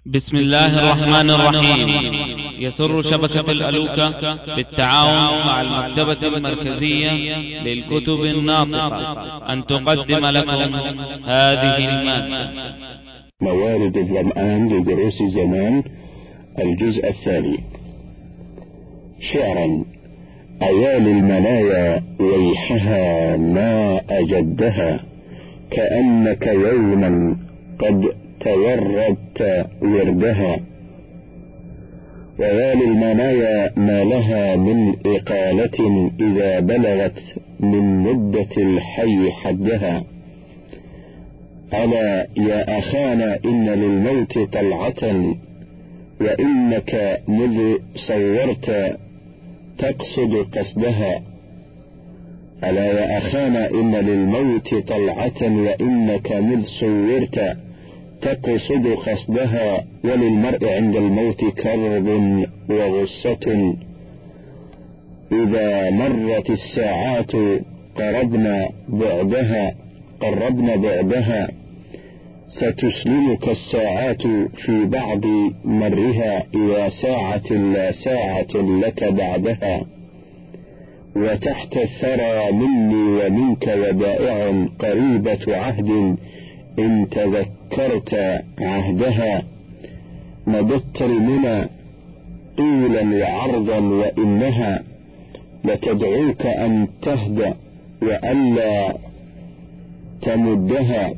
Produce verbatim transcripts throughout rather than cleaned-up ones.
بسم الله الرحمن الرحيم. يسر شبكة الألوكة بالتعاون مع المكتبة المركزية للكتب الناطقة أن تقدم لكم هذه المادة. موارد الظمآن لدروس الزمان، الجزء الثاني. شعرا: أيال المنايا ويحها ما أجدها، كأنك يوما قد توردت وردها، ويال المنايا ما لها من إقالة إذا بلغت من مدة الحي حدها. ألا يا أخانا إن للموت طلعة، وإنك مذ صورت تقصد قصدها. ألا يا أخانا إن للموت طلعة، وإنك مذ صورت تقصد قصدها. وللمرء عند الموت كرب وغصة، إذا مرت الساعات قربنا بعدها قربنا بعدها. ستسلمك الساعات في بعض مرها، إلى ساعة لا ساعة لك بعدها. وتحت الثرى مني ومنك ودائع قريبة عهد، إن تذكرت عهدها. مددت المنى طولا وعرضا، وإنها لتدعوك أن تهدى وألا تمدها.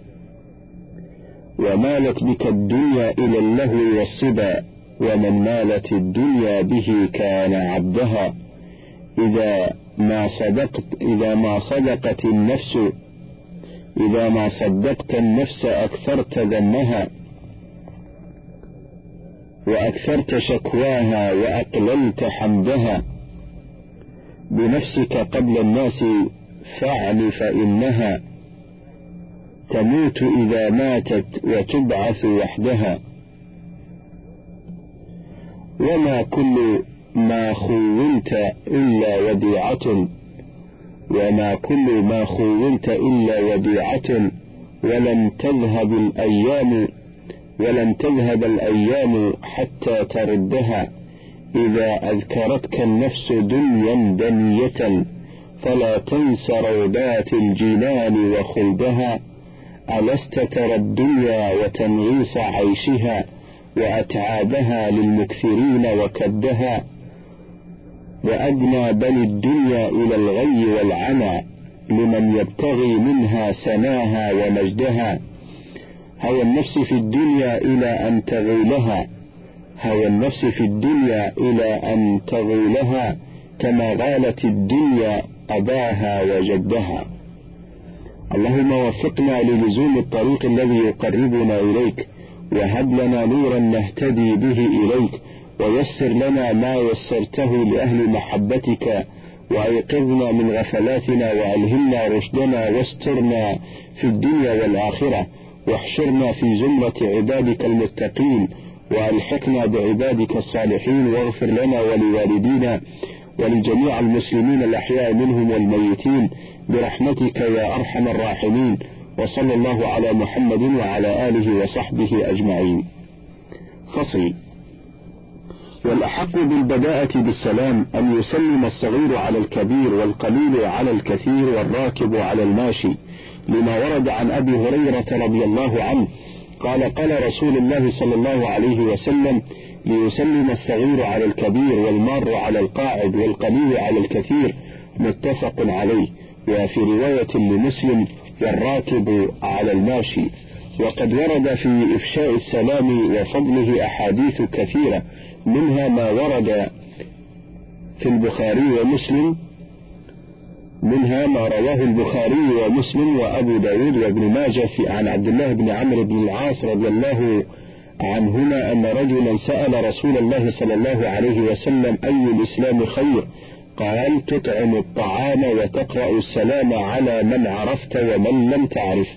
ومالت بك الدنيا إلى اللهو والصبا، ومن مالت الدنيا به كان عبدها. إذا ما صدقت إذا ما صدقت النفس إذا ما صدقت النفس أكثرت ذمها، وأكثرت شكواها وأقللت حمدها. بنفسك قبل الناس فاعل، فإنها تموت إذا ماتت وتبعث وحدها. وما كل ما خونت إلا وديعة وما كل ما خونت إلا وديعة ولن تذهب الأيام ولن تذهب الأيام حتى تردها. إذا أذكرتك النفس دنيا دنية، فلا تنس روضات الجنان وخلدها. ألست ترى الدنيا وتنغيص عيشها، وأتعابها للمكثرين وكدها. وأدنى بني الدنيا إلى الغي والعنى، لمن يبتغي منها سناها ومجدها. هوى النفس في الدنيا إلى أن تغولها هوى النفس في الدنيا إلى أن تغولها، كما غالت الدنيا أباها وجدها. اللهم وفقنا للزوم الطريق الذي يقربنا إليك، وهب لنا نورا نهتدي به إليك، ويسر لنا ما يسرته لأهل محبتك، وأيقظنا من غفلاتنا، وألهمنا رشدنا، واسترنا في الدنيا والآخرة، واحشرنا في زمرة عبادك المتقين، وألحقنا بعبادك الصالحين. واغفر لنا ولوالدينا ولجميع المسلمين الأحياء منهم والميتين برحمتك يا أرحم الراحمين. وصلى الله على محمد وعلى آله وصحبه أجمعين. فصل: والأحق بالبداءة بالسلام أن يسلم الصغير على الكبير، والقليل على الكثير، والراكب على الماشي، لما ورد عن أبي هريرة رضي الله عنه قال: قال رسول الله صلى الله عليه وسلم: ليسلم الصغير على الكبير، والمار على القاعد، والقليل على الكثير. متفق عليه. وفي رواية لمسلم: والراكب على الماشي. وقد ورد في إفشاء السلام وفضله أحاديث كثيرة، منها ما ورد في البخاري ومسلم منها ما رواه البخاري ومسلم وأبو داود وابن ماجه عن عبد الله بن عمرو بن العاص رضي الله عنهما أن رجلا سأل رسول الله صلى الله عليه وسلم: أي الإسلام خير؟ قال: تطعم الطعام وتقرأ السلام على من عرفت ومن لم تعرف.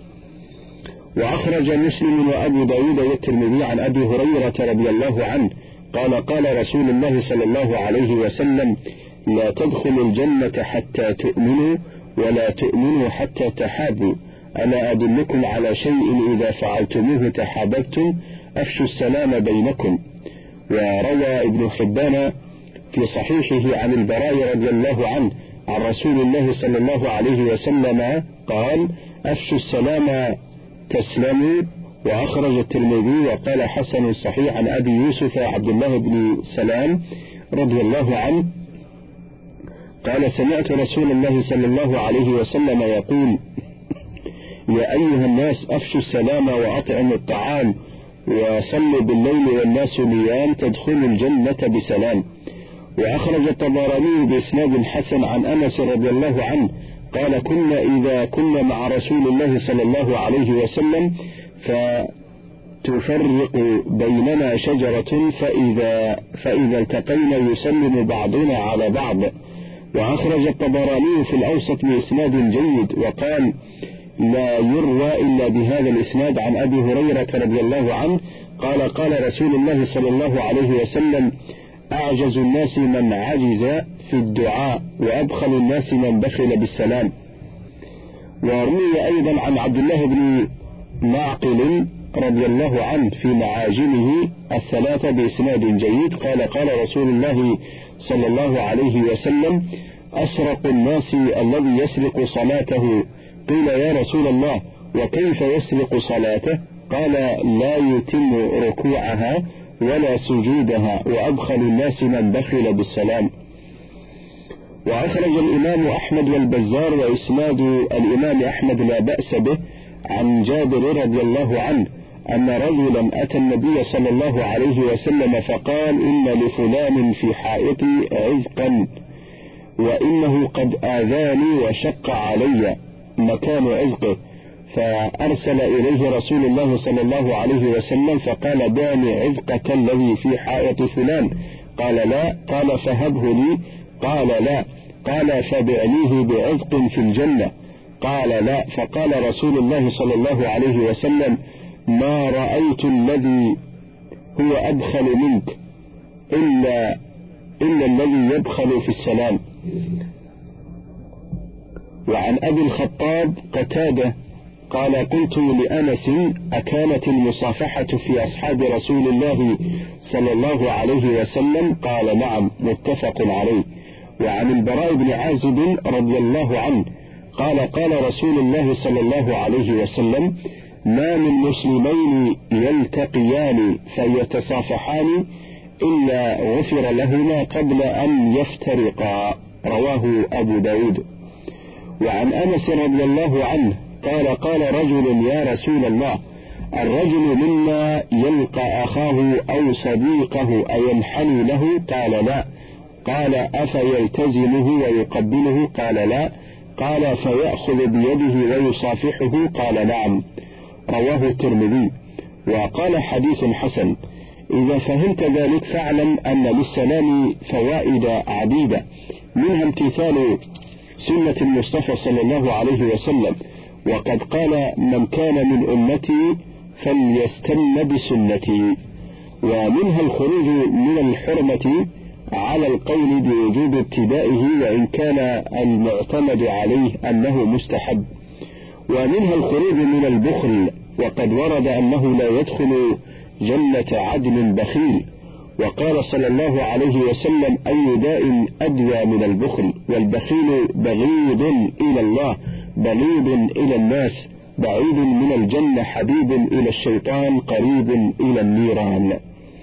وأخرج مسلم وأبو داود والترمذي عن أبي هريرة رضي الله عنه قال: قال رسول الله صلى الله عليه وسلم: لا تدخلوا الجنة حتى تؤمنوا، ولا تؤمنوا حتى تحابوا. ألا أدلكم على شيء إذا فعلتموه تحاببتم؟ أفشوا السلام بينكم. وروى ابن حبان في صحيحه عن البراء رضي الله عنه عن رسول الله صلى الله عليه وسلم قال: أفشوا السلام تسلموا. وأخرج الترمذي وقال حسن صحيح عن أبي يوسف عبد الله بن سلام رضي الله عنه قال: سمعت رسول الله صلى الله عليه وسلم يقول: يا أيها الناس أفشوا السلام وأطعموا الطعام وصلوا بالليل والناس نيام تدخلوا الجنة بسلام. وأخرج الطبراني بإسناد حسن عن أنس رضي الله عنه قال: كنا إذا كنا مع رسول الله صلى الله عليه وسلم فتفرق بيننا شجرة فإذا, فإذا التقينا يسلم بعضنا على بعض. وأخرج الطبراني في الأوسط بإسناد جيد وقال: لا يروى إلا بهذا الإسناد عن أبي هريرة رضي الله عنه قال: قال رسول الله صلى الله عليه وسلم: أعجز الناس من عجز في الدعاء وأبخل الناس من بخل بالسلام. وروي أيضا عن عبد الله بن معقل رضي الله عنه في معاجمه الثلاثة بإسناد جيد قال: قال رسول الله صلى الله عليه وسلم: أسرق الناس الذي يسرق صلاته. قيل: يا رسول الله وكيف يسرق صلاته؟ قال: لا يتم ركوعها ولا سجودها وأبخل الناس من بخل بالسلام. وأخرج الإمام أحمد والبزار وإسناد الإمام أحمد لا بأس به عن جابر رضي الله عنه أن رجلا أتى النبي صلى الله عليه وسلم فقال: إن لفلان في حائطي عذقا وإنه قد آذاني وشق علي مكان عذقه. فأرسل إليه رسول الله صلى الله عليه وسلم فقال: باني عذقك الذي في حائط فلان. قال: لا. قال: فهبه لي. قال: لا. قال: فبعنيه بعذق في الجنة. قال: لا. فقال رسول الله صلى الله عليه وسلم: ما رأيت الذي هو أبخل منك إلا, إلا الذي يبخل في السلام. وعن أبي الخطاب قتادة قال: قلت لأنس: أكانت المصافحة في أصحاب رسول الله صلى الله عليه وسلم؟ قال: نعم، متفق عليه. وعن البراء بن عازب رضي الله عنه قال: قال رسول الله صلى الله عليه وسلم: ما من مسلمين يلتقيان فيتصافحان إلا غفر لهما قبل أن يفترقا. رواه أبو داود. وعن أنس رضي الله عنه قال: قال رجل: يا رسول الله، الرجل منا يلقى أخاه أو صديقه أينحني له؟ قال: لا. قال: أفيلتزمه ويقبله؟ قال: لا. قال: فيأخذ بيده ويصافحه؟ قال: نعم. رواه الترمذي وقال: حديث حسن. إذا فهمت ذلك فاعلم أن للسلام فوائد عديدة، منها امتثال سنة المصطفى صلى الله عليه وسلم، وقد قال: من كان من أمتي فليستن بسنتي. ومنها الخروج من الحرمة على القول بوجوب ابتدائه وإن كان المعتمد عليه أنه مستحب. ومنها الخروج من البخل، وقد ورد أنه لا يدخل جنة عدل بخيل. وقال صلى الله عليه وسلم: أي داء أدوى من البخل؟ والبخيل بغيض إلى الله بغيض إلى الناس بعيد من الجنة حبيب إلى الشيطان قريب إلى النيران.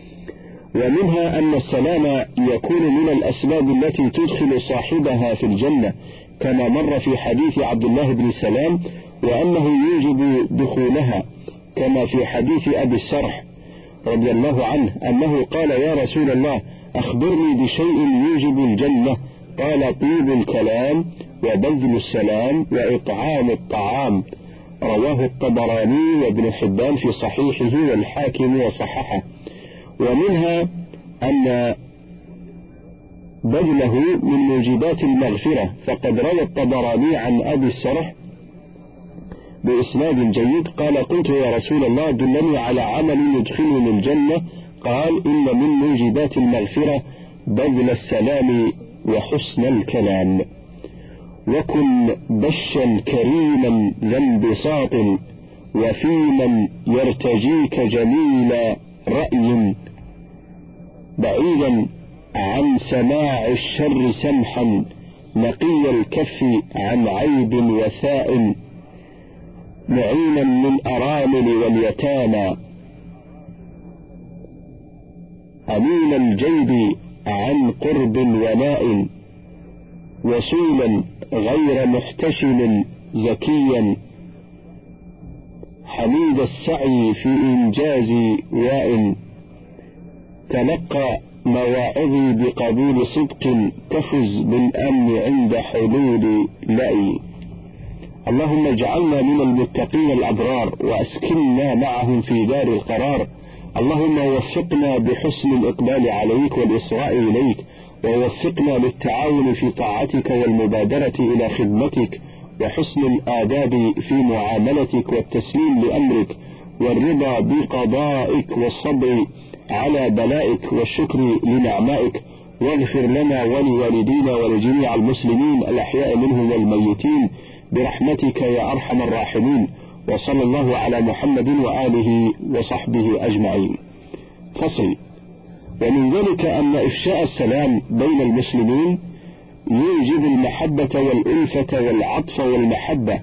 ومنها أن السلام يكون من الأسباب التي تدخل صاحبها في الجنة كما مر في حديث عبد الله بن سلام، وأنه يوجب دخولها كما في حديث أبي السرح رضي الله عنه أنه قال: يا رسول الله، أخبرني بشيء يوجب الجنة. قال: طيب الكلام وبذل السلام وإطعام الطعام. رواه الطبراني وابن حبان في صحيحه والحاكم وصححه. ومنها أن بذله من موجبات المغفرة، فقد روى الطبراني عن أبي السرح بإسناد جيد قال: قلت: يا رسول الله، دلني على عمل يدخلني الجنة. قال: إن من موجبات المغفرة بذل السلام وحسن الكلام. وكن بشا كريما ذا انبساط وفي من يرتجيك جميلا رأي، بعيدا عن سماع الشر سمحا، نقي الكف عن عيب وثاء، معينا للأرامل واليتامى، أمين الجيب عن قرب وناء، وصولا غير محتشم زكيا، حميد السعي في إنجاز واء، تلقى مواعظي بقبول صدق، تفز بالأمن عند حلول لأي. اللهم اجعلنا من المتقين الأبرار، وأسكننا معهم في دار القرار. اللهم وفقنا بحسن الإقبال عليك والإسراء إليك، ووفقنا للتعاون في طاعتك والمبادرة إلى خدمتك، وحسن الآداب في معاملتك، والتسليم لأمرك، والرضا بقضائك، والصبر على بلائك، والشكر لنعمائك. واغفر لنا ولوالدينا ولجميع المسلمين الأحياء منهم والميتين برحمتك يا أرحم الراحمين. وصلى الله على محمد وآله وصحبه أجمعين. فصل. ومن ذلك أن إفشاء السلام بين المسلمين يوجب المحبة والألفة والعطف والمحبة.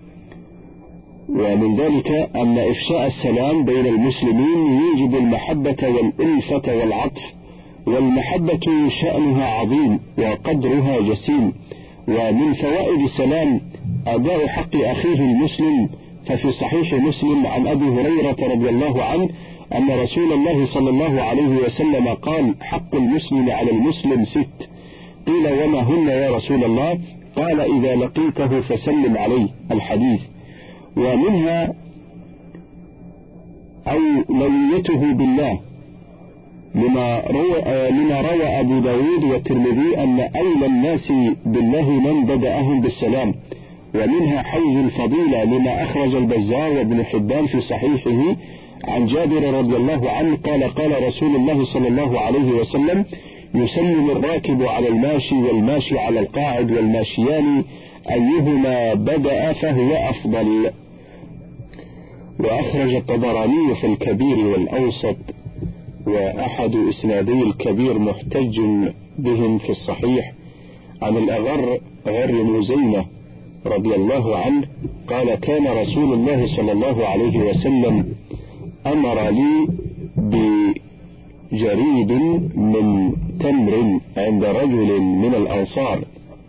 ومن ذلك أن إفشاء السلام بين المسلمين يوجب المحبة والألفة والعطف. والمحبة شأنها عظيم وقدرها جسيم. ومن فوائد السلام أداء حق أخيه المسلم. ففي صحيح مسلم عن أبي هريرة رضي الله عنه أن رسول الله صلى الله عليه وسلم قال: حق المسلم على المسلم ست. قيل: وما هن يا رسول الله؟ قال: إذا لقيته فسلم عليه. الحديث. ومنها أولويته بالله، لما روى, لما روى أبو داود والترمذي أن أولى الناس بالله من بدأهم بالسلام. ومنها حوز الفضيلة، لما أخرج البزار وابن حبان في صحيحه عن جابر رضي الله عنه قال: قال رسول الله صلى الله عليه وسلم: يسلم الراكب على الماشي، والماشي على القاعد، والماشيان أيهما بدأ فهو أفضل. وأخرج الطبراني في الكبير والأوسط، وأحد إسنادي الكبير محتج بهم في الصحيح، عن الأغر غر مزينة رضي الله عنه قال: كان رسول الله صلى الله عليه وسلم أمر لي بجريد من تمر عند رجل من الأنصار،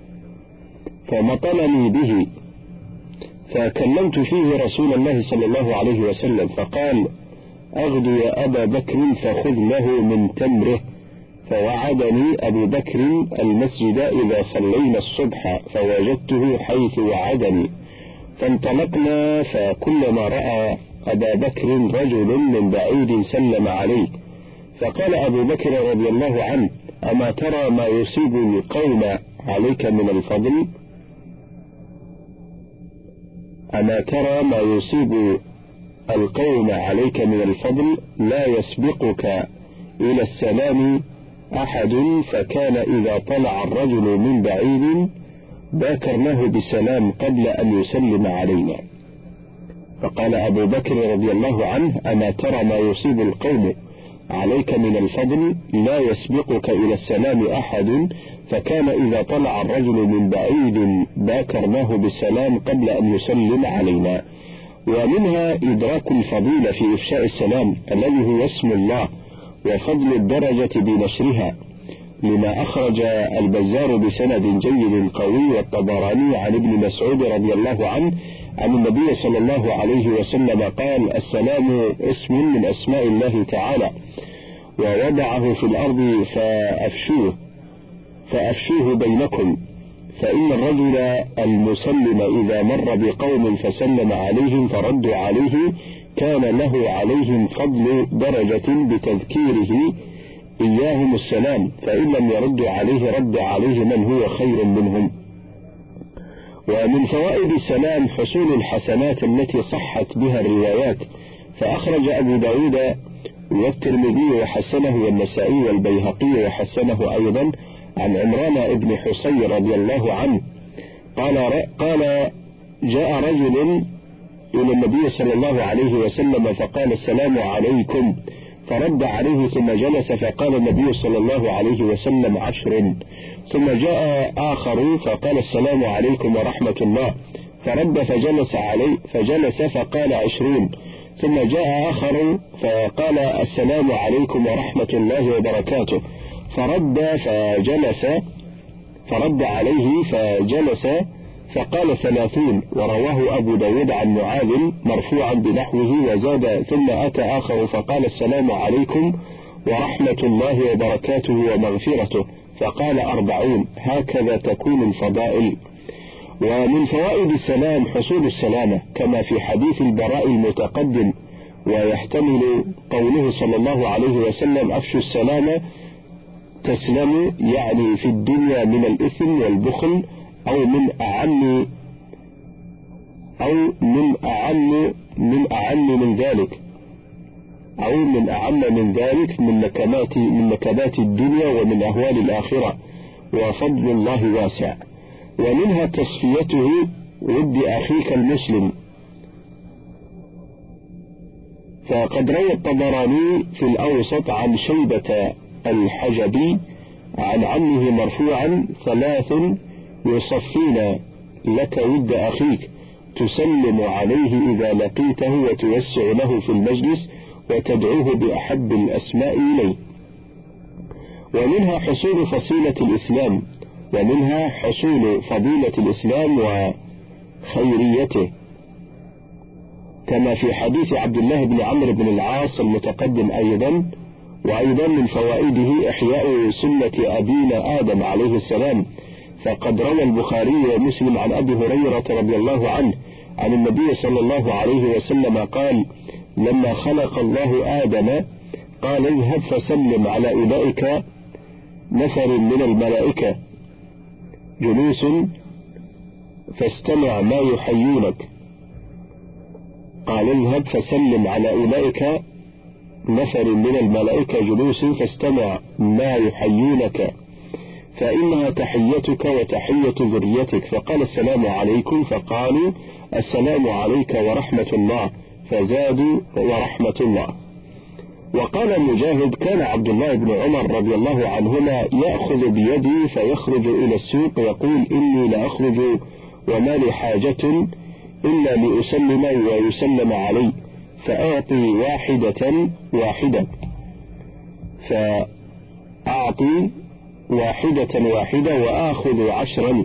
فمطلني به، فكلمت فيه رسول الله صلى الله عليه وسلم، فقال: أغدو يا أبا بكر فخذ له من تمره. فوعدني أبو بكر المسجد إذا صلينا الصبح، فوجدته حيث وعدني، فانطلقنا، فكلما رأى أبا بكر رجل من بعيد سلم عليه، فقال أبو بكر رضي الله عنه: أما ترى ما يصيب القوم عليك من الفضل؟ أما ترى ما يصيب القوم عليك من الفضل؟ لا يسبقك إلى السلام أحد، فكان إذا طلع الرجل من بعيد باكرناه بسلام قبل أن يسلم علينا. فقال أبو بكر رضي الله عنه: أما ترى ما يصيب القوم عليك من الفضل؟ لا يسبقك إلى السلام أحد، فكان إذا طلع الرجل من بعيد باكرناه بالسلام قبل أن يسلم علينا. ومنها إدراك الفضيلة في إفشاء السلام الذي هو اسم الله، وفضل الدرجة بنشرها، لما أخرج البزار بسند جيد قوي والطبراني عن ابن مسعود رضي الله عنه عن النبي صلى الله عليه وسلم قال: السلام اسم من أسماء الله تعالى، ووضعه في الأرض فأفشوه فأفشوه بينكم، فإن الرجل المسلم إذا مر بقوم فسلم عليهم فردوا عليه كان له عليهم فضل درجة بتذكيره إياهم السلام، فإن لم يردوا عليه رد عليه من هو خير منهم. ومن فوائد السلام حصول الحسنات التي صحت بها الروايات، فأخرج أبو داود والترمذي وحسنه، والنسائي والبيهقي وحسنه أيضا، عن عمران بن حصين رضي الله عنه قال قال جاء رجل إلى النبي صلى الله عليه وسلم فقال: السلام عليكم، فرد عليه ثم جلس فقال النبي صلى الله عليه وسلم عشر. ثم جاء آخر فقال السلام عليكم ورحمة الله، فرد فجلس عليه فجلس فقال عشرون. ثم جاء آخر فقال السلام عليكم ورحمة الله وبركاته، فرد فجلس فرد عليه فجلس فقال ثلاثين. ورواه أبو داود عن معاذ مرفوعا بنحوه وزاد ثم أتى آخر فقال السلام عليكم ورحمة الله وبركاته ومغفرته، فقال أربعون. هكذا تكون الفضائل. ومن فوائد السلام حصول السلامة كما في حديث البراء المتقدم، ويحتمل قوله صلى الله عليه وسلم أفشوا السلامة تسلم، يعني في الدنيا من الإثم والبخل، أو من أعم أو من أعم من أعم من ذلك أو من أعم من ذلك من نكبات من نكبات الدنيا ومن أهوال الآخرة، وفضل الله واسع. ومنها تصفيته ود أخيك المسلم، فقد روى الطبراني في الأوسط عن شيبة الحجبي عن عمه مرفوعا ثلاث يصفين لك ود أخيك، تسلم عليه إذا لقيته وتوسع له في المجلس وتدعوه بأحب الأسماء إليه. ومنها حصول فصيلة الإسلام، ومنها حصول فضيلة الإسلام وخيريته كما في حديث عبد الله بن عمرو بن العاص المتقدم أيضا. وأيضا من فوائده إحياء سنة أبينا آدم عليه السلام، فقد روى البخاري ومسلم عن أبي هريرة رضي الله عنه عن النبي صلى الله عليه وسلم قال: لما خلق الله آدم قال: اذهب فسلم على أولئك نفر من الملائكة جلوس فاستمع ما يحيونك. قال: اذهب فسلم على أولئك نفر من الملائكة جلوس فاستمع ما يحيونك، فإنها تحيتك وتحية ذريتك. فقال: السلام عليكم، فقالوا: السلام عليك ورحمة الله، فزادوا ورحمة الله. وقال مجاهد: كان عبد الله بن عمر رضي الله عنهما يأخذ بيدي فيخرج إلى السوق يقول: إني لأخرج وما لي حاجة إلا لأسلم ويسلم علي، فأعطي واحدة واحدة فأعطي واحدة واحدة وآخذ عشرا.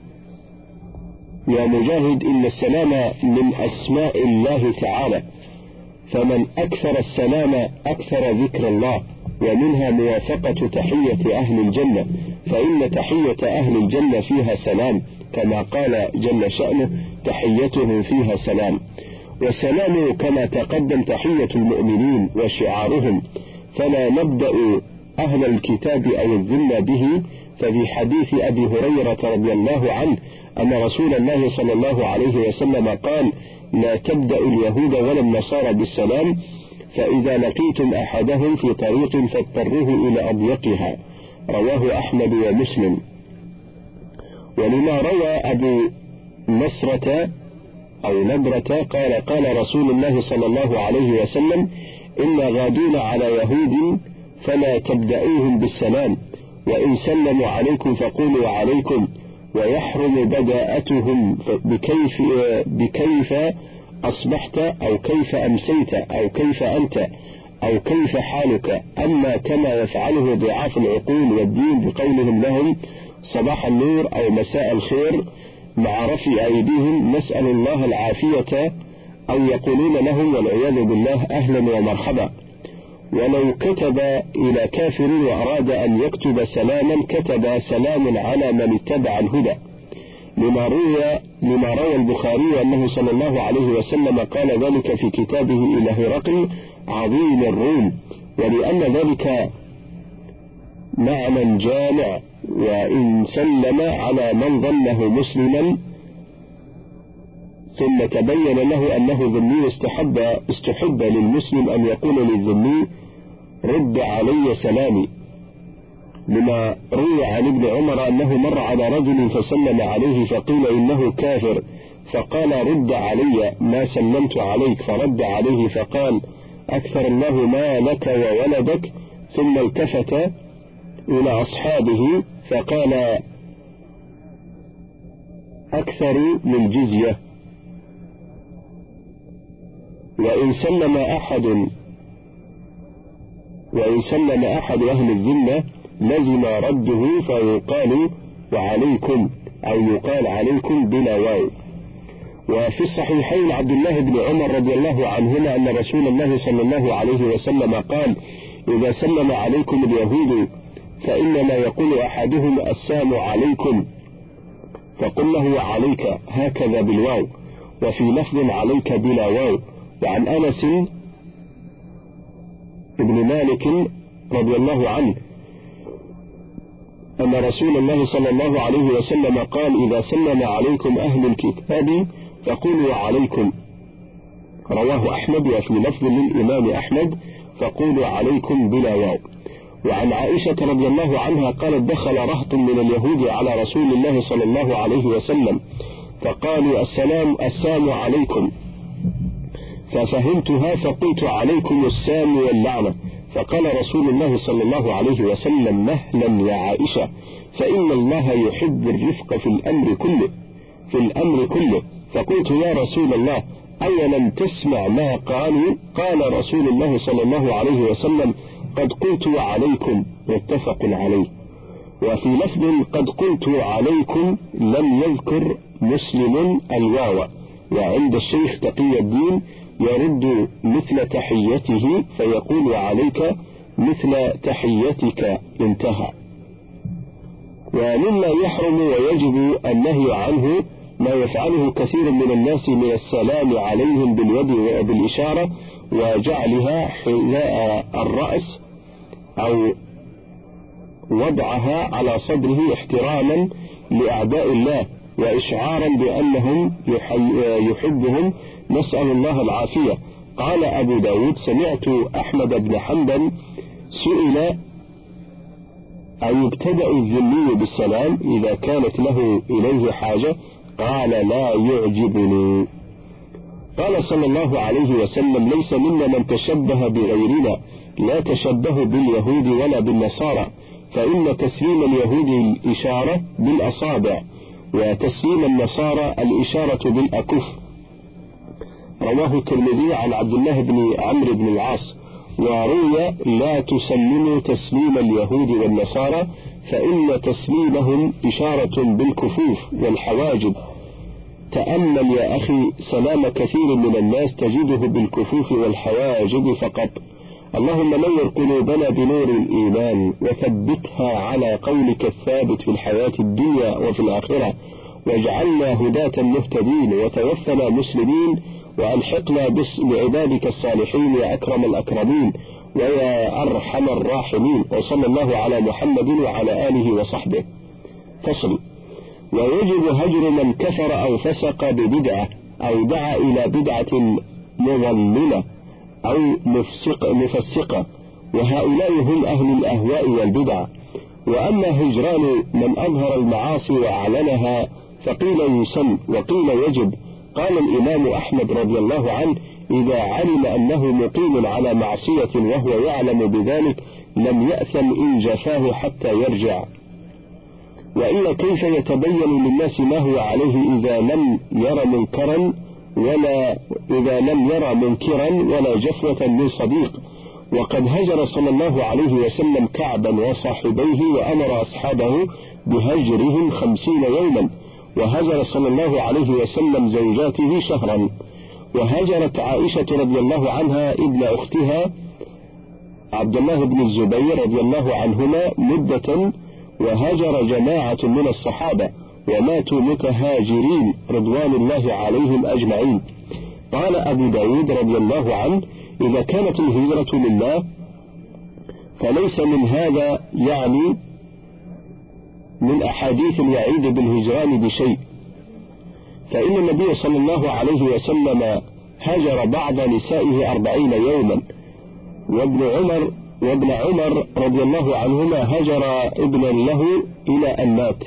يا مجاهد، إن السلام من أسماء الله تعالى، فمن أكثر السلام أكثر ذكر الله. ومنها موافقة تحية أهل الجنة، فإن تحية أهل الجنة فيها سلام، كما قال جل شأنه: تحيتهم فيها سلام. والسلام كما تقدم تحية المؤمنين وشعارهم، فلا نبدأ أهل الكتاب أو الذمة به. ففي حديث أبي هريرة رضي الله عنه أن رسول الله صلى الله عليه وسلم قال: لا تبدأ اليهود ولا النصارى بالسلام، فإذا لقيتم أحدهم في طريق فاضطروه إلى أضيقها. رواه أحمد ومسلم. ولما روى أبو نصرة أو نبرة قال: قال رسول الله صلى الله عليه وسلم: إنا غادون على يهود فلا تبدأوهم بالسلام، وإن سلموا عليكم فقولوا عليكم، ويحرم بداءتهم بكيف, بكيف أصبحت أو كيف أمسيت أو كيف أنت أو كيف حالك، أما كما يفعله ضعاف العقول والدين بقولهم لهم صباح النور أو مساء الخير مع رفع أيديهم نسأل الله العافية، أو يقولون لهم والعياذ بالله أهلا ومرحبا. ولو كتب إلى كافر وأراد أن يكتب سلاما كتب سلام على من اتبع الهدى، لما روى, لما روى البخاري أنه صلى الله عليه وسلم قال ذلك في كتابه إلى هرقل عظيم الروم، ولأن ذلك معنى جامع. وإن سلم على من ظنه مسلما ثم تبين له أنه ذمي استحب, استحب للمسلم أن يقول للذمي: رد علي سلامي، لما روى عن ابن عمر أنه مر على رجل فسلم عليه فقيل إنه كافر، فقال: رد علي ما سلمت عليك، فرد عليه فقال: أكثر الله مالك وولدك، ثم التفت إلى أصحابه فقال أكثر من جزية. وإن سلم أحد وإن سلم أحد أهل الذمة لزم رده فيقال وعليكم أو يقال عليكم بلا واو. وفي الصحيحين عبد الله بن عمر رضي الله عنهما أن رسول الله صلى الله عليه وسلم قال: إذا سلم عليكم اليهود فإنما يقول أحدهم السلام عليكم فقل له عليك هكذا بالواو، وفي لفظ عليك بلا واو. وعن أنس بن مالك رضي الله عنه أن رسول الله صلى الله عليه وسلم قال: إذا سلم عليكم أهل الكتاب فقولوا عليكم. رواه أحمد. وفي لفظ للإمام أحمد: فقولوا عليكم بلا واو. وعن عائشة رضي الله عنها قالت: دخل رهط من اليهود على رسول الله صلى الله عليه وسلم فقالوا: السلام السلام عليكم، ففهمتها فقلت: عليكم السلام واللعنة. فقال رسول الله صلى الله عليه وسلم: مهلا يا عائشة، فإن الله يحب الرفق في الأمر كله في الأمر كله. فقلت: يا رسول الله، أولم تسمع ما قالوا؟ قال رسول الله صلى الله عليه وسلم: قد قلت وعليكم، متفق عليه. وفي لفظ: قد قلت عليكم، لم يذكر مسلم الواو. وعند الشيخ تقي الدين يرد مثل تحيته فيقول: عليك مثل تحيتك، انتهى. ومما يحرم ويجب النهي عنه ما يفعله كثير من الناس من السلام عليهم باليد وبالإشارة وجعلها حذاء الرأس أو وضعها على صدره احتراما لأعداء الله وإشعارا بأنهم يحبهم، نسأل الله العافية. قال أبو داود: سمعت أحمد بن حنبل سئل: أن يبتدأ الذمي بالسلام إذا كانت له إليه حاجة؟ قال: لا يعجبني. قال صلى الله عليه وسلم: ليس منا من تشبه بغيرنا، لا تشبه باليهود ولا بالنصارى، فإن تسليم اليهود الإشارة بالأصابع، وتسليم النصارى الإشارة بالأكف. رواه الترمذي عن عبد الله بن عمرو بن العاص. وروي: لا تسلموا تسليم اليهود والنصارى، فإن تسليمهم إشارة بالكفوف والحواجب. تأمل يا أخي سلام كثير من الناس تجده بالكفوف والحواجب فقط. اللهم نور قلوبنا بنور الإيمان وثبتها على قولك الثابت في الحياة الدنيا وفي الآخرة، واجعلنا هداة مهتدين، وتوفنا مسلمين، وألحقنا بعبادك الصالحين يا أكرم الأكرمين ويا أرحم الراحمين. وصلى الله على محمد وعلى آله وصحبه. فصل. ويجب هجر من كفر أو فسق ببدعة أو دعا إلى بدعة مضللة أو مفسق مفسقة، وهؤلاء هم أهل الأهواء والبدع. وأما هجران من أظهر المعاصي وأعلنها فقيل يسن وقيل يجب. قال الإمام أحمد رضي الله عنه: إذا علم أنه مقيم على معصية وهو يعلم بذلك لم يأثم إن جفاه حتى يرجع. وإلا كيف يتبين للناس ما هو عليه إذا لم ير منكرا ولا إذا لم يرى منكرا ولا جفوة من صديق؟ وقد هجر صلى الله عليه وسلم كعبا وصاحبيه وأمر أصحابه بهجرهم خمسين يوما، وهجر صلى الله عليه وسلم زوجاته شهرا. وهجرت عائشة رضي الله عنها ابن أختها عبد الله بن الزبير رضي الله عنهما مدة، وهجر جماعة من الصحابة وماتوا متهاجرين رضوان الله عليهم أجمعين. قال أبو داود رضي الله عنه: إذا كانت الهجرة لله فليس من هذا يعني من أحاديث الوعيد بالهجران بشيء، فإن النبي صلى الله عليه وسلم هجر بعض نسائه أربعين يوما، وابن عمر وابن عمر رضي الله عنهما هجر ابنا له إلى أن مات.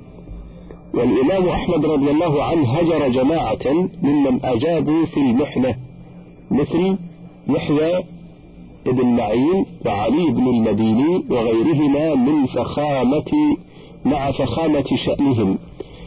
والإمام أحمد رضي الله عنه هجر جماعة ممن أجابوا في المحنة مثل يحيى ابن معين وعلي بن المديني وغيرهما من فخامة مع فخامة شأنهم.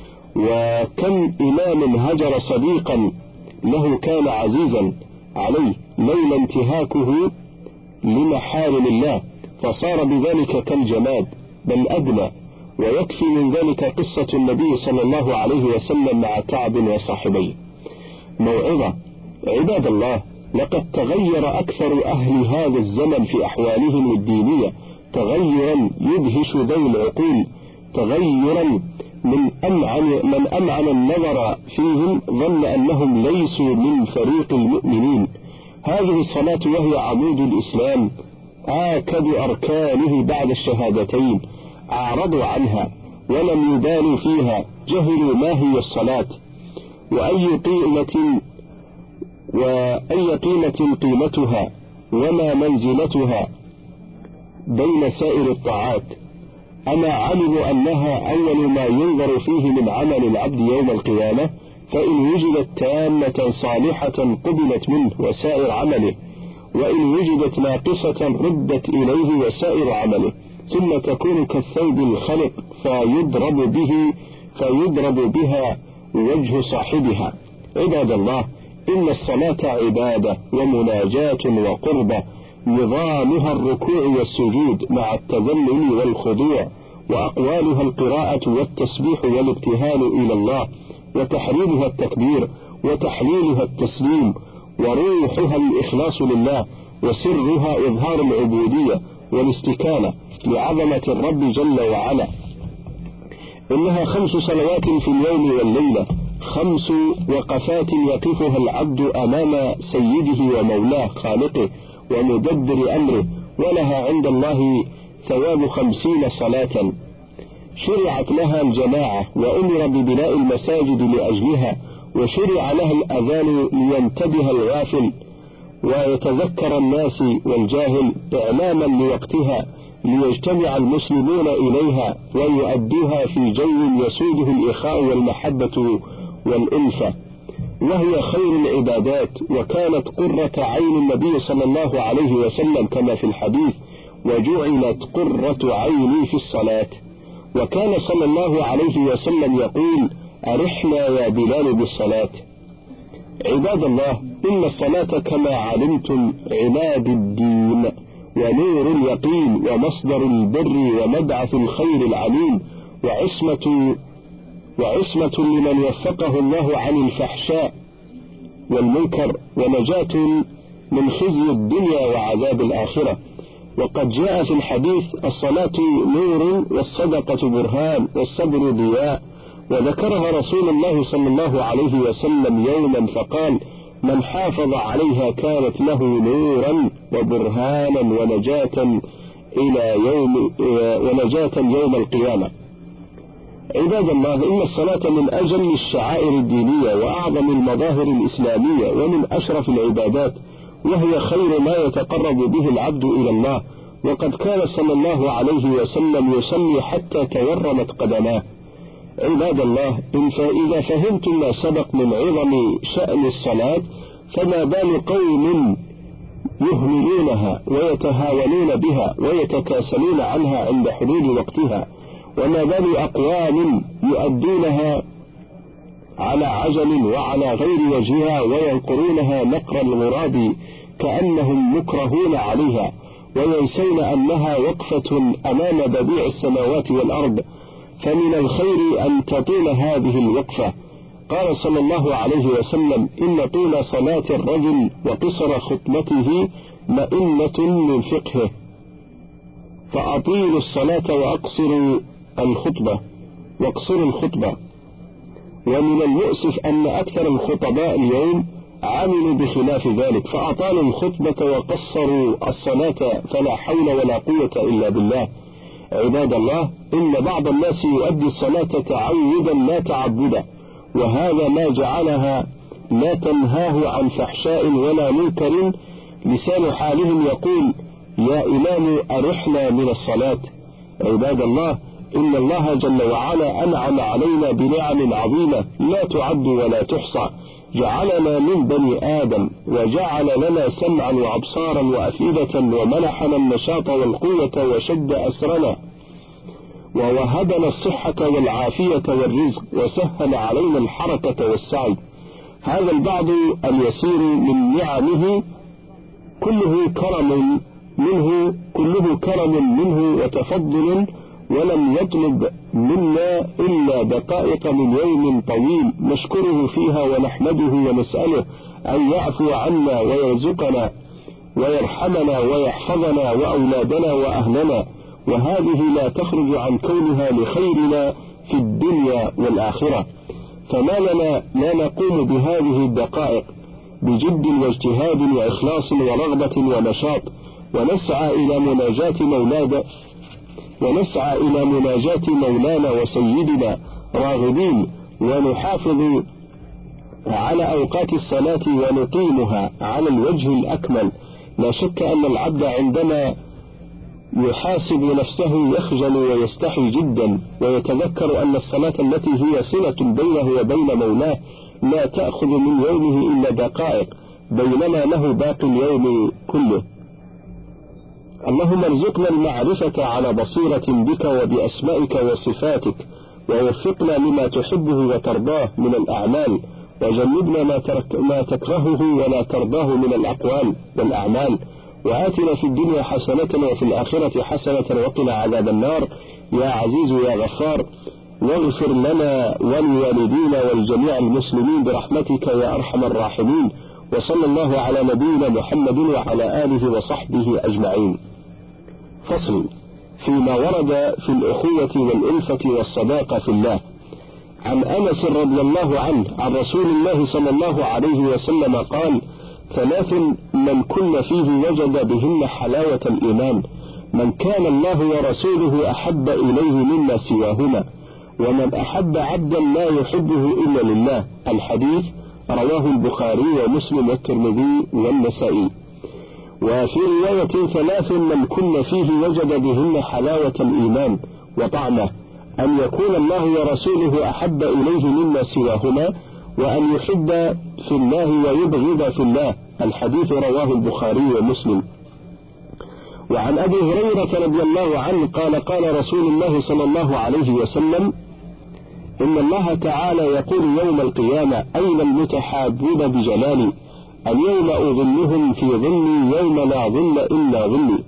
وكم إمام هجر صديقا له كان عزيزا عليه لولا انتهاكه لمحارم الله فصار بذلك كالجماد بل أدنى. ويكفي من ذلك قصة النبي صلى الله عليه وسلم مع كعب وصاحبيه. موعظة: عباد الله، لقد تغير أكثر أهل هذا الزمن في أحوالهم الدينية تغيرا يدهش ذوي العقول، تغيرا من أمعن, من أمعن النظر فيهم ظن أنهم ليسوا من فريق المؤمنين. هذه الصلاة وهي عمود الإسلام آكد أركانه بعد الشهادتين أعرضوا عنها ولم يبالوا فيها، جهلوا ما هي الصلاة وأي قيمة وأي قيمة قيمتها وما منزلتها بين سائر الطاعات. أما علموا أنها أول ما ينظر فيه من عمل العبد يوم القيامة، فإن وجدت تامة صالحة قبلت منه وسائر عمله، وإن وجدت ناقصة ردت إليه وسائر عمله، ثم تكون كالثوب الخلق فيضرب به فيضرب بها وجه صاحبها. عباد الله، إن الصلاة عبادة ومناجاة وقربة، نظامها الركوع والسجود مع التذلل والخضوع، وأقوالها القراءة والتسبيح والابتهال إلى الله، وتحريمها التكبير، وتحليلها التسليم، وروحها الإخلاص لله، وسرها إظهار العبودية والاستكانة لعظمة الرب جل وعلا. إنها خمس صلوات في اليوم والليلة، خمس وقفات يقفها العبد أمام سيده ومولاه خالقه ومدبر أمره، ولها عند الله ثواب خمسين صلاة. شرعت لها الجماعة وأمر ببناء المساجد لأجلها، وشرع لها الأذان لينتبه الغافل ويتذكر الناس والجاهل إعلاما لوقتها، ليجتمع المسلمون إليها ويؤدوها في جو يسوده الإخاء والمحبة والألفة، وهي خير العبادات، وكانت قرة عين النبي صلى الله عليه وسلم كما في الحديث: وجعلت قرة عيني في الصلاة. وكان صلى الله عليه وسلم يقول: أرحنا يا بلال بالصلاة. عباد الله، إن الصلاة كما علمتم عماد الدين ونور اليقين ومصدر البر ومبعث الخير العليم، وعصمة وعصمة لمن وفقه الله عن الفحشاء والمنكر، ونجاة من خزي الدنيا وعذاب الآخرة. وقد جاء في الحديث: الصلاة نور والصدقة برهان والصبر ضياء. وذكرها رسول الله صلى الله عليه وسلم يوما فقال: من حافظ عليها كانت له نورا وبرهانا ونجاة إلى يوم ونجاة يوم القيامة. عباد الله، إن الصلاة من أجل الشعائر الدينية وأعظم المظاهر الإسلامية ومن أشرف العبادات، وهي خير ما يتقرب به العبد إلى الله. وقد كان صلى الله عليه وسلم يصلي حتى تورمت قدماه. عباد الله، إن فإذا فهمتم ما سبق من عظم شأن الصلاة، فما بال قوم يهملونها ويتهاونون بها ويتكاسلون عنها عند حدود وقتها، وما بال أقوام يؤدونها على عجل وعلى غير وجهها وينقرونها نقر المراد كأنهم مكرهون عليها، وينسون أنها وقفة أمام بديع السماوات والأرض. فمن الخير أن تطول هذه الوقفة. قال صلى الله عليه وسلم: إن طول صلاة الرجل وقصر خطبته مئنة من فقهه، فأطيلوا الصلاة وأقصروا الخطبة واقصروا الخطبة. ومن المؤسف أن أكثر الخطباء اليوم عملوا بخلاف ذلك، فأطالوا الخطبة وقصروا الصلاة، فلا حول ولا قوة إلا بالله. عباد الله، إن بعض الناس يؤدي الصلاة تعودا لا تعبدا، وهذا ما جعلها لا تنهاه عن فحشاء ولا منكر. لسان حالهم يقول: يا إمام أرحنا من الصلاة. عباد الله، إن الله جل وعلا أنعم علينا بنعم عظيمة لا تعد ولا تحصى، جعلنا من بني آدم، وجعل لنا سمعا وأبصارا وأفئدة، ومنحنا النشاط والقوة وشد أسرنا، ووهبنا الصحة والعافية والرزق، وسهل علينا الحركة والسعي. هذا البعض اليسير من نعمه كله كرم منه كله كرم منه وتفضل، ولم يطلب منا إلا دقائق من يوم طويل نشكره فيها ونحمده ونسأله أن يعفو عنا ويرزقنا ويرحمنا ويحفظنا وأولادنا وأهلنا، وهذه لا تخرج عن كونها لخيرنا في الدنيا والآخرة. فما لنا لا نقوم بهذه الدقائق بجد واجتهاد وإخلاص ورغبة ونشاط، ونسعى إلى مناجاة مولانا ونسعى إلى مناجاة مولانا وسيدنا راغبين، ونحافظ على أوقات الصلاة ونقيمها على الوجه الأكمل. لا شك أن العبد عندما يحاسب نفسه يخجل ويستحي جدا، ويتذكر أن الصلاة التي هي صلة بينه وبين مولاه لا تأخذ من يومه إلا دقائق، بينما له باقي اليوم كله. اللهم ارزقنا المعرفة على بصيرة بك وبأسمائك وصفاتك، ووفقنا لما تحبه وترضاه من الأعمال، وجنبنا ما, ما تكرهه ولا ترضاه من الأقوال والأعمال، وآتنا في الدنيا حسنة وفي الآخرة حسنة وقنا عذاب النار يا عزيز يا غفار، واغفر لنا ولوالدينا ولجميع المسلمين برحمتك يا أرحم الراحمين. وصلى الله على نبينا محمد وعلى آله وصحبه أجمعين. فصل فيما ورد في الأخوة والألفة والصداقة في الله. عن أنس رضي الله عنه عن رسول الله صلى الله عليه وسلم قال: ثلاث من كن فيه وجد بهن حلاوة الإيمان: من كان الله ورسوله أحب إليه مما سواهما، ومن أحب عبدا لا يحبه إلا لله. الحديث رواه البخاري ومسلم والترمذي والنسائي. وفي رواية: ثلاث من كن فيه وجد بهن حلاوة الإيمان وطعمه: أن يكون الله ورسوله أحب إليه مما سواهما، وأن يحب في الله ويبغض في الله. الحديث رواه البخاري ومسلم. وعن أبي هريرة رضي الله عنه قال: قال رسول الله صلى الله عليه وسلم: إن الله تعالى يقول يوم القيامة: أين المتحابون بجلالي؟ اليوم أظلهم في ظلي يوم لا ظل إلا ظلي.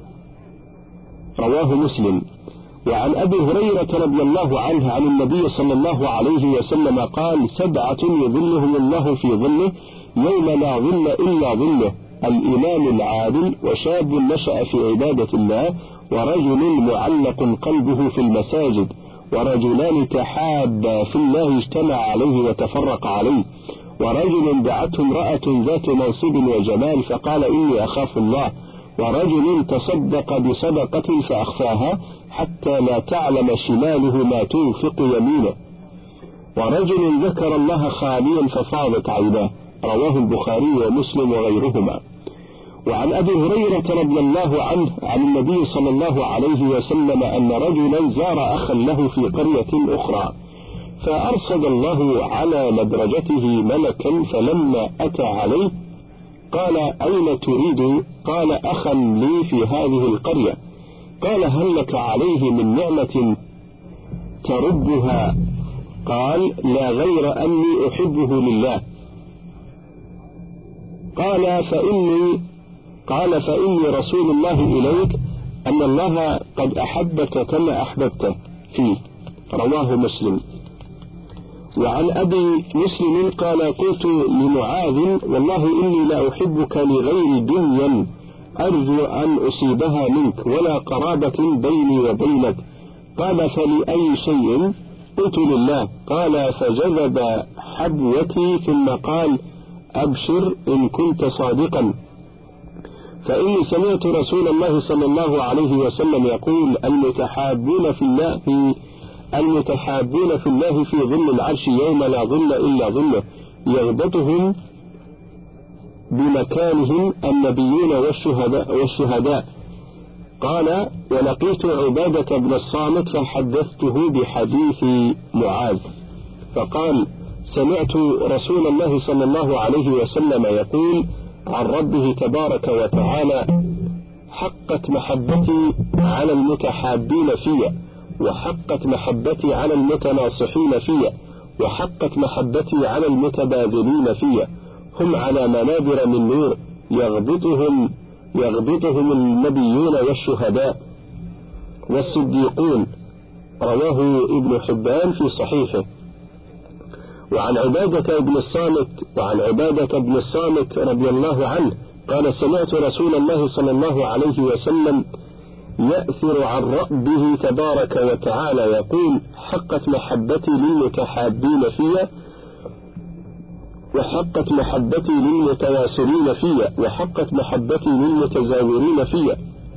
رواه مسلم. وعن أبي هريرة رضي الله عنه عن النبي صلى الله عليه وسلم قال: سبعة يظلهم الله في ظله يوم لا ظل إلا ظله: الإمام العادل، وشاب نشأ في عبادة الله، ورجل معلق قلبه في المساجد، ورجلان تحابا في الله اجتمع عليه وتفرق عليه، ورجل دعته امرأة ذات منصب وجمال فقال: إني أخاف الله، ورجل تصدق بصدقة فأخفاها حتى لا تعلم شماله ما تنفق يمينه، ورجل ذكر الله خاليا ففاضت عيناه. رواه البخاري ومسلم وغيرهما. وعن أبي هريرة رضي الله عنه عن النبي صلى الله عليه وسلم أن رجلا زار أخا له في قرية أخرى، فأرصد الله على مدرجته ملكا، فلما أتى عليه قال: أين تريد؟ قال: أخا لي في هذه القرية. قال: هل لك عليه من نعمة تردها؟ قال: لا، غير أني أحبه لله. قال: فإني قال فإني رسول الله إليك، أن الله قد أحبك كما أحببته فيه. رواه مسلم. وعن أبي مسلم قال: قلت لمعاذ: والله إني لا أحبك لغير دنيا أرجو أن أصيبها منك، ولا قرابة بيني وبينك. قال: فلأي شيء؟ قلت: لله. قال: فجذب حبوتي ثم قال: أبشر إن كنت صادقا، فإني سمعت رسول الله صلى الله عليه وسلم يقول: المتحابون في الله في المتحابون في الله في ظل العرش يوم لا ظل إلا ظله، يغبطهم بمكانهم النبيون والشهداء, والشهداء قال: ولقيت عبادة بن الصامت فحدثته بحديث معاذ فقال: سمعت رسول الله صلى الله عليه وسلم يقول عن ربه تبارك وتعالى: حقت محبتي على المتحابين في، وحقت محبتي على المتناصحين في، وحقت محبتي على المتبادلين في، هم على منابر من نور يغبطهم يغبطهم النبيون والشهداء والصديقون. رواه ابن حبان في صحيحه. وعن عبادة بن الصامت وعن عبادة بن الصامت رضي الله عنه قال: سمعت رسول الله صلى الله عليه وسلم يأثر عن ربه تبارك وتعالى يقول: حقت محبتي للمتحابين في، وحقت محبتي للمتواصلين في، وحقت محبتي للمتزاورين في،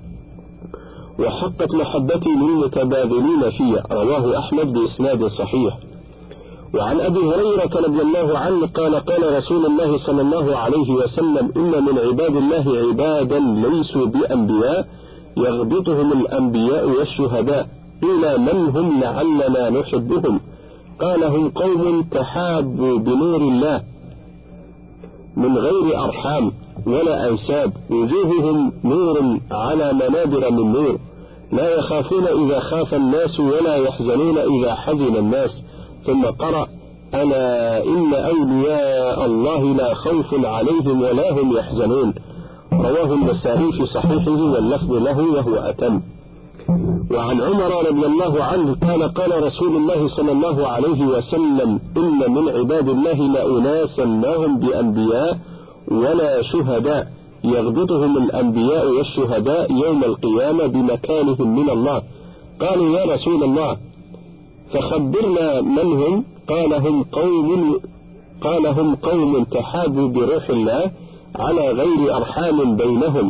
وحقت محبتي للمتبادلين في. رواه أحمد بإسناد صحيح. وعن أبي هريرة رضي الله عنه قال: قال رسول الله صلى الله عليه وسلم: إن من عباد الله عبادا ليسوا بأنبياء يغبطهم الأنبياء والشهداء. إلى من هم لعلنا نحبهم؟ قال: هم قوم تحابوا بنور الله من غير أرحام ولا أنساب، وجوههم نور على منابر من نور، لا يخافون إذا خاف الناس ولا يحزنون إذا حزن الناس. ثم قرأ: ألا إن أولياء الله لا خوف عليهم ولا هم يحزنون. رواه النسائي في صحيحه واللفظ له وهو أتم. وعن عمر رضي الله عنه قال: قال رسول الله صلى الله عليه وسلم: إن من عباد الله لأناسا ما هم بأنبياء ولا شهداء يغبطهم الأنبياء والشهداء يوم القيامة بمكانهم من الله. قالوا: يا رسول الله فخبرنا من هم؟ قال: هم قوم قال هم قوم تحابوا بروح الله على غير أرحام بينهم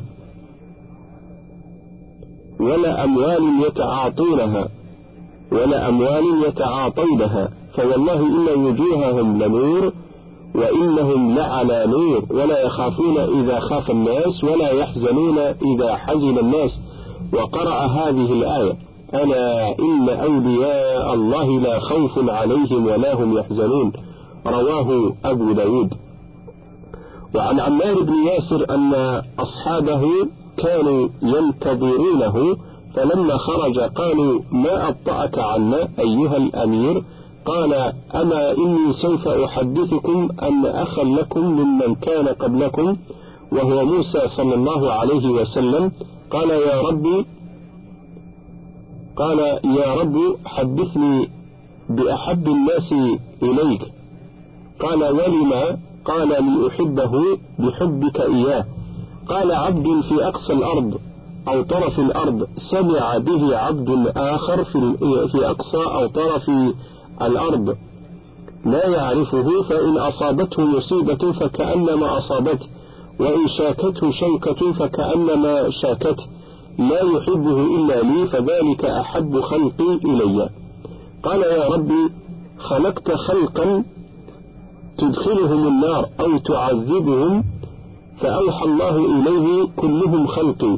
ولا أموال يتعاطونها ولا أموال يتعاطونها، فوالله إن وجوههم لنور وإنهم لعلى نور، ولا يخافون إذا خاف الناس ولا يحزنون إذا حزن الناس. وقرأ هذه الآية: ألا إن أولياء الله لا خوف عليهم ولا هم يحزنون. رواه أبو داود. وعن عمار بن ياسر أن أصحابه كانوا ينتظرونه، فلما خرج قالوا: ما أبطأك عنا أيها الأمير؟ قال: أما إني سوف أحدثكم أن أخا لكم ممن كان قبلكم وهو موسى صلى الله عليه وسلم. قال: يا ربي قال يا رب حدثني بأحب الناس إليك. قال: ولما؟ قال: لأحبه بحبك إياه. قال: عبد في أقصى الأرض أو طرف الأرض سمع به عبد آخر في أقصى أو طرف الأرض لا يعرفه، فإن أصابته مصيبة فكأنما أصابته، وإن شاكته شوكة فكأنما شاكته، لا يحبه إلا لي، فذلك أحب خلقي إلي. قال: يا ربي خلقت خلقا تدخلهم النار أو تعذبهم، فأوحى الله إليه: كلهم خلقي.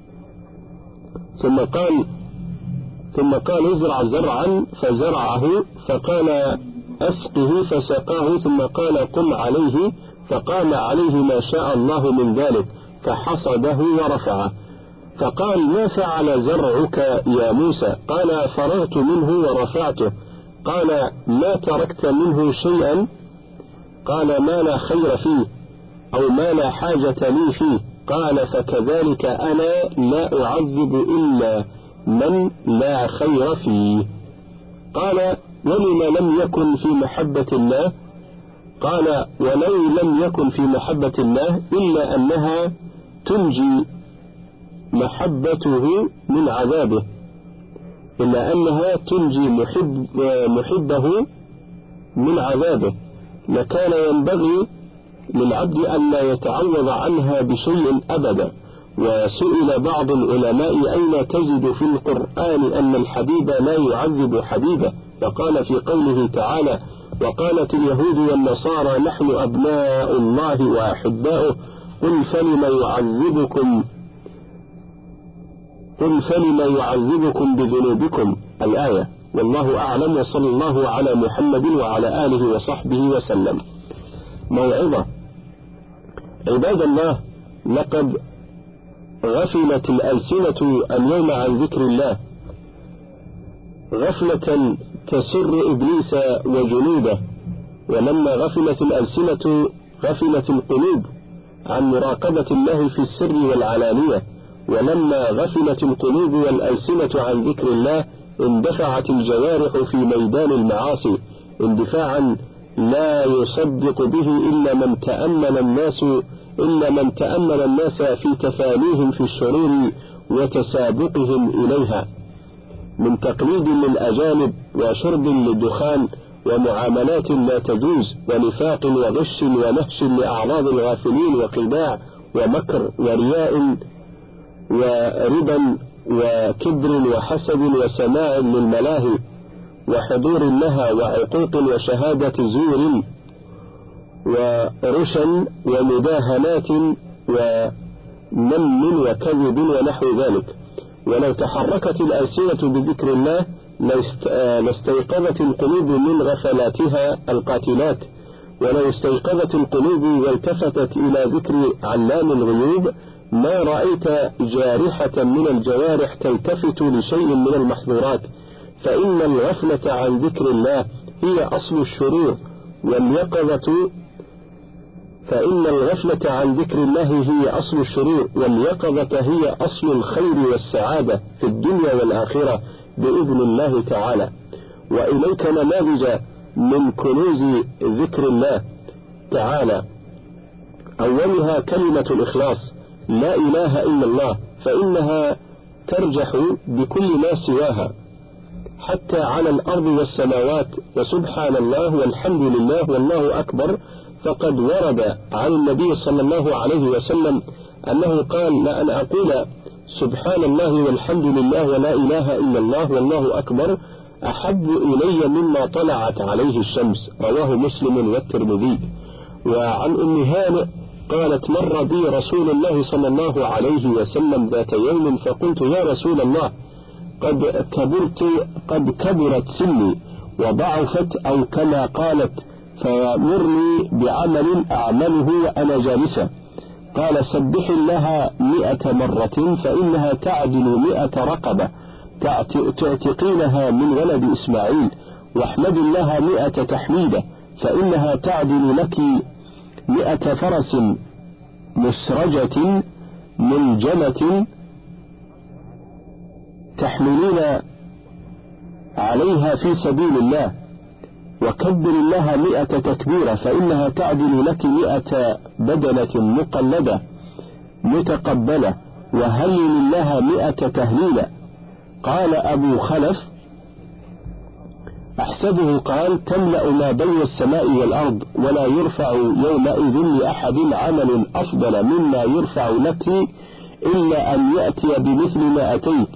ثم قال ثم قال: ازرع زرعا، فزرعه، فقال: أسقه، فسقاه، ثم قال: قم عليه، فقام عليه ما شاء الله من ذلك، فحصده ورفعه. فقال: ما فعل زرعك يا موسى؟ قال: فرغت منه ورفعته. قال: ما تركت منه شيئا؟ قال: ما لا خير فيه أو ما لا حاجة لي فيه. قال: فكذلك أنا لا أعذب إلا من لا خير فيه. قال: ولما لم يكن في محبة الله؟ قال: ولو لم يكن في محبة الله إلا أنها تنجي محبته من عذابه، إلا أنها تنجي محب محبه من عذابه، لكان ينبغي للعبد أن لا يتعوض عنها بشيء أبدا. وسئل بعض العلماء: أين تجد في القرآن أن الحبيب لا يعذب حبيبه؟ فقال في قوله تعالى: وقالت اليهود والنصارى نحن أبناء الله وأحباؤه، قل فلم يعذبكم قل فلم يعذبكم بذنوبكم الآية. والله أعلم، وصلى الله على محمد وعلى آله وصحبه وسلم. موعظة. عباد الله، لقد غفلت الألسنة اليوم عن ذكر الله غفلة تسر إبليس وجنوده، ولما غفلت الألسنة غفلت القلوب عن مراقبة الله في السر والعلانية، ولما غفلت القلوب والألسنة عن ذكر الله اندفعت الجوارح في ميدان المعاصي اندفاعا لا يصدق به إلا من تأمل الناس إلا من تأمل الناس في تفانيهم في الشرور وتسابقهم إليها، من تقليد للأجانب وشرب للدخان ومعاملات لا تجوز ونفاق وغش ونهش لأعراض الغافلين وخداع ومكر ورياء وربا وكبر وحسد وسماع للملاهي وحضور لها وعقوق وشهادة زور ورشا ومداهنات ونم وكذب ونحو ذلك. ولو تحركت الألسنة بذكر الله لاستيقظت القلوب من غفلاتها القاتلات، ولو استيقظت القلوب والتفتت إلى ذكر علام الغيوب ما رأيت جارحة من الجوارح تلتفت لشيء من المحظورات، فإن الغفلة عن ذكر الله هي أصل الشرور، واليقظة فإن الغفلة عن ذكر الله هي أصل الشرور، واليقظة هي أصل الخير والسعادة في الدنيا والآخرة بإذن الله تعالى. وإليك نماذج من كنوز ذكر الله تعالى، أولها كلمة الإخلاص، لا إله إلا الله، فإنها ترجح بكل ما سواها حتى على الأرض والسماوات، وسبحان الله والحمد لله والله أكبر، فقد ورد عن النبي صلى الله عليه وسلم أنه قال: لأن أقول سبحان الله والحمد لله ولا إله إلا الله والله أكبر أحب إلي مما طلعت عليه الشمس، رواه مسلم والترمذي. وعن أم هانئ قالت: مر بي رسول الله صلى الله عليه وسلم ذات يوم فقلت: يا رسول الله، قد كبرت قد كبرت سني وضعفت، أو كما قالت، فمرني بعمل أعمله وأنا جالسة. قال: سبح لها مئة مرة فإنها تعدل مئة رقبة تعتقينها من ولد إسماعيل، واحمد لها مئة تحميدة فإنها تعدل لك مئة فرس مسرجة منجمة تحملين عليها في سبيل الله، وكبر لها مئة تكبيرة فإنها تعدل لك مئة بدنة مقلدة متقبلة، وهلل لها مئة تهليلة. قال أبو خلف أحسبه قال: تملأ ما بين السماء والأرض، ولا يرفع يومئذ لأحد عمل أفضل مما يرفع لك إلا أن يأتي بمثل ما أتيت.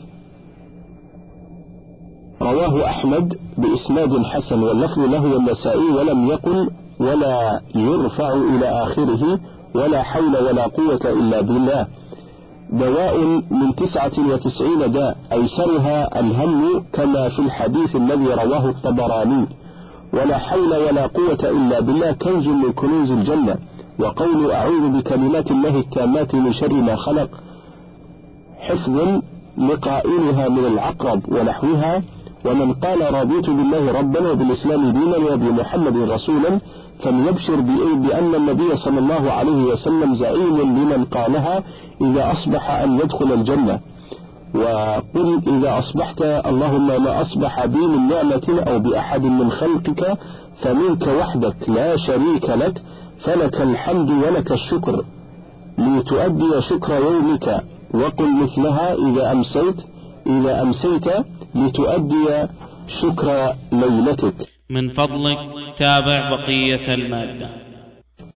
رواه أحمد بإسناد حسن، واللفظ له والنسائي، ولم يقل ولا يرفع إلى آخره، ولا حول ولا قوة إلا بالله. دواء من تسعة وتسعين داء أيسرها الهم، كما في الحديث الذي رواه الطبراني. ولا حول ولا قوة إلا بالله كنز من كنوز الجنة. وقول أعوذ بكلمات الله التامات من شر ما خلق حفظ لقائلها من العقرب ونحوها. ومن قال رضيت بالله ربنا وبالإسلام دينا وبمحمد رسولا فليبشر بأن النبي صلى الله عليه وسلم زعيم لمن قالها إذا أصبح أن يدخل الجنة. وقل إذا أصبحت اللهم ما أصبح بي من نعمة أو بأحد من خلقك فمنك وحدك لا شريك لك، فلك الحمد ولك الشكر، لتؤدي شكر يومك. وقل مثلها إذا أمسيت إذا أمسيت لتؤدي شكر ليلتك. من فضلك تابع بقية المادة.